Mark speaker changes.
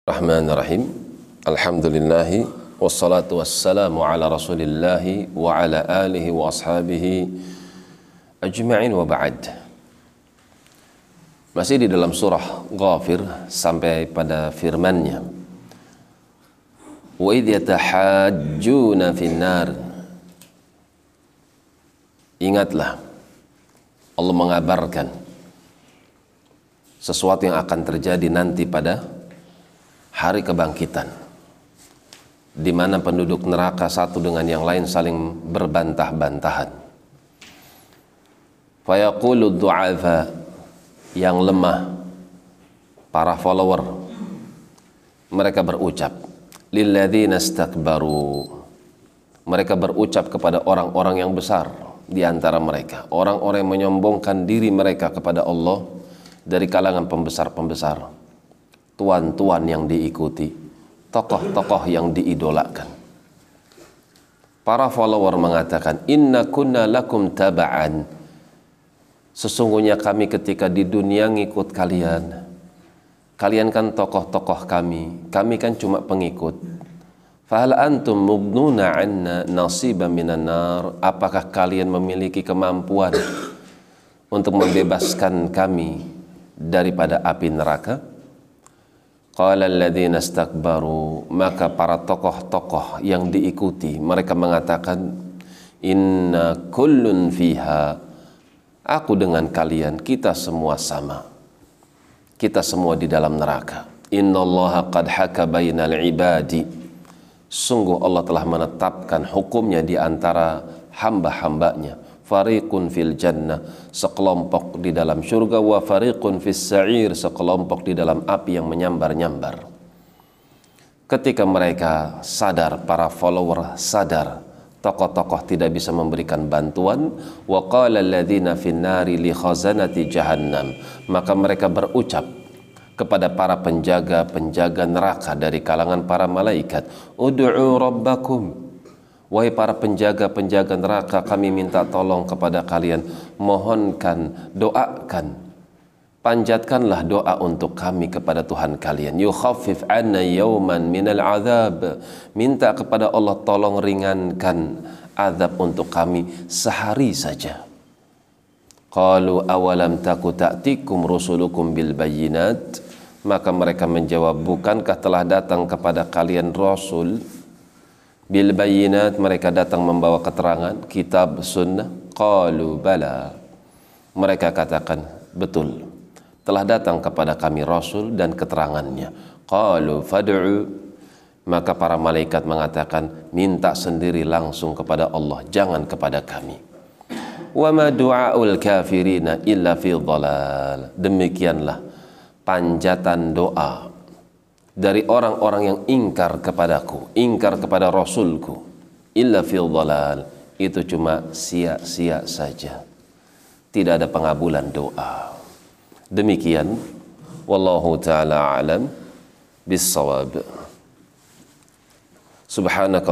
Speaker 1: Bismillahirrahmanirrahim. Alhamdulillahi wassalatu wassalamu ala rasulillahi wa ala alihi wa ashabihi ajma'in wa ba'd. Masih di dalam surah Ghafir sampai pada firman-Nya, wa idh yatahajjuna finnar. Ingatlah, Allah mengabarkan sesuatu yang akan terjadi nanti pada hari kebangkitan, di mana penduduk neraka satu dengan yang lain saling berbantah-bantahan. Fayaqulu du'afa, yang lemah, para follower, mereka berucap, lilladzina istakbaru, mereka berucap kepada orang-orang yang besar di antara mereka, orang-orang yang menyombongkan diri mereka kepada Allah dari kalangan pembesar-pembesar, tuan-tuan yang diikuti, tokoh-tokoh yang diidolakan. Para follower mengatakan, inna kunna lakum taba'an, sesungguhnya kami ketika di dunia ngikut kalian, kalian kan tokoh-tokoh kami kan cuma pengikut. Fahal antum mughnuna anna nasiban minan nar, apakah kalian memiliki kemampuan untuk membebaskan kami daripada api neraka? Qala alladzina istakbaru, maka para tokoh-tokoh yang diikuti mereka mengatakan, inna kullun fiha, aku dengan kalian, kita semua sama, kita semua di dalam neraka. Innallaha qad haka bainal ibadi, sungguh Allah telah menetapkan hukumnya di antara hamba-hambanya. Fariqun fil jannah, sekelompok di dalam surga, wa fariqun fis sa'ir, sekelompok di dalam api yang menyambar-nyambar. Ketika mereka sadar, para follower sadar, tokoh-tokoh tidak bisa memberikan bantuan, wa qala alladzina fin nari li khazanati jahannam, maka mereka berucap kepada para penjaga-penjaga neraka dari kalangan para malaikat, ud'u rabbakum, wahai para penjaga-penjaga neraka, kami minta tolong kepada kalian, mohonkan, doakan, panjatkanlah doa untuk kami kepada Tuhan kalian. Yukhaffif anna yawman minal azab, minta kepada Allah tolong ringankan azab untuk kami sehari saja. Qalu awalam taku ta'tikum rusulukum bil bayyinat, maka mereka menjawab, bukankah telah datang kepada kalian rasul bil bayyinat, mereka datang membawa keterangan, kitab, sunnah. Qalu bala, mereka katakan, betul, telah datang kepada kami rasul dan keterangannya. Qalu fad'u, maka para malaikat mengatakan, minta sendiri langsung kepada Allah, jangan kepada kami. Wa ma du'aul kafirina illa fi dhalal, demikianlah panjatan doa dari orang-orang yang ingkar kepadaku, ingkar kepada Rasulku, illa fil dhalal, itu cuma sia-sia saja, tidak ada pengabulan doa. Demikian, wallahu ta'ala a'lam bis-shawab. Subhanaka